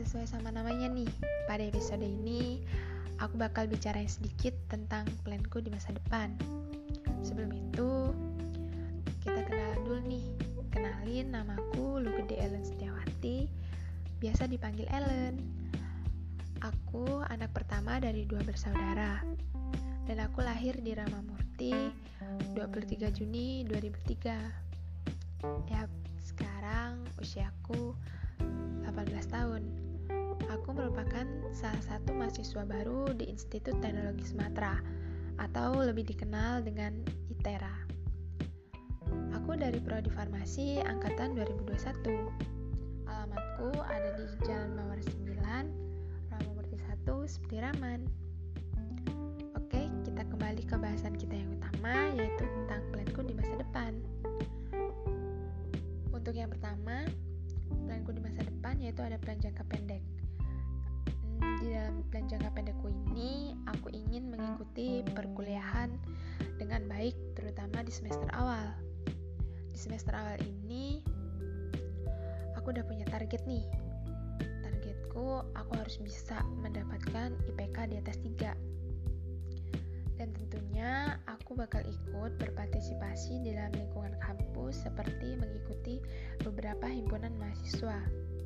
Sesuai sama namanya nih, pada episode ini aku bakal bicarain sedikit tentang planku di masa depan. Sebelum itu, kita kenalan dulu nih. Kenalin, namaku Lugede Ellen Setiawati, biasa dipanggil Ellen. Aku anak pertama dari 2 bersaudara, dan aku lahir di Ramamurti 23 Juni 2003. Ya, sekarang usiaku 18 tahun. Aku merupakan salah satu mahasiswa baru di Institut Teknologi Sumatera, atau lebih dikenal dengan ITERA. Aku dari Prodi Farmasi angkatan 2021. Alamatku ada di Jalan Mawar 9, Ramamurti 1, Septiraman. Oke, kita kembali ke bahasan kita yang utama, yaitu tentang planku di masa depan. Untuk yang pertama, planku di masa depan yaitu ada plan jangka pendek. Di dalam plan jangka pendekku ini, aku ingin mengikuti perkuliahan dengan baik, terutama di semester awal. Di semester awal ini, aku udah punya target nih. Targetku, aku harus bisa mendapatkan IPK di atas 3. Dan tentunya aku bakal ikut berpartisipasi di dalam lingkungan kampus seperti mengikuti beberapa himpunan mahasiswa.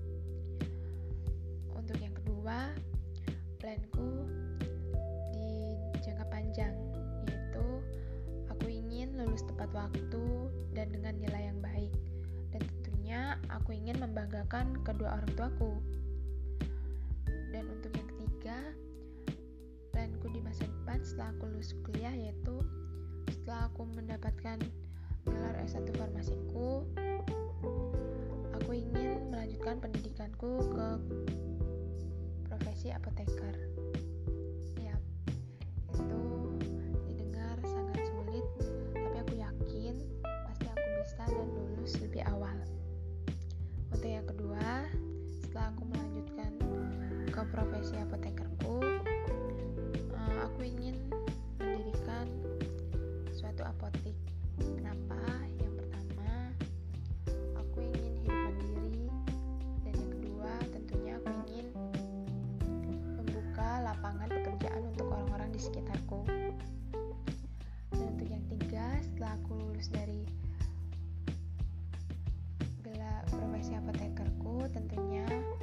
Untuk yang kedua, planku di jangka panjang, yaitu aku ingin lulus tepat waktu dan dengan nilai yang baik. Dan tentunya aku ingin membanggakan kedua orang tuaku. Dan untuk yang ketiga, planku di masa depan setelah aku lulus kuliah, yaitu setelah aku mendapatkan gelar S1 farmasiku, aku ingin melanjutkan pendidikanku ke profesi apoteker. Ya, itu didengar sangat sulit, tapi aku yakin pasti aku bisa dan lulus lebih awal. Untuk yang kedua, setelah aku melanjutkan ke profesi apotekerku, aku ingin mendirikan suatu apotek. Kenapa? Yang pertama, aku ingin hidup mandiri, dan yang kedua, tentunya aku ingin membuka lapangan pekerjaan untuk orang-orang di sekitarku. Dan untuk yang ketiga, setelah aku lulus dari gelar profesi apotekerku, tentunya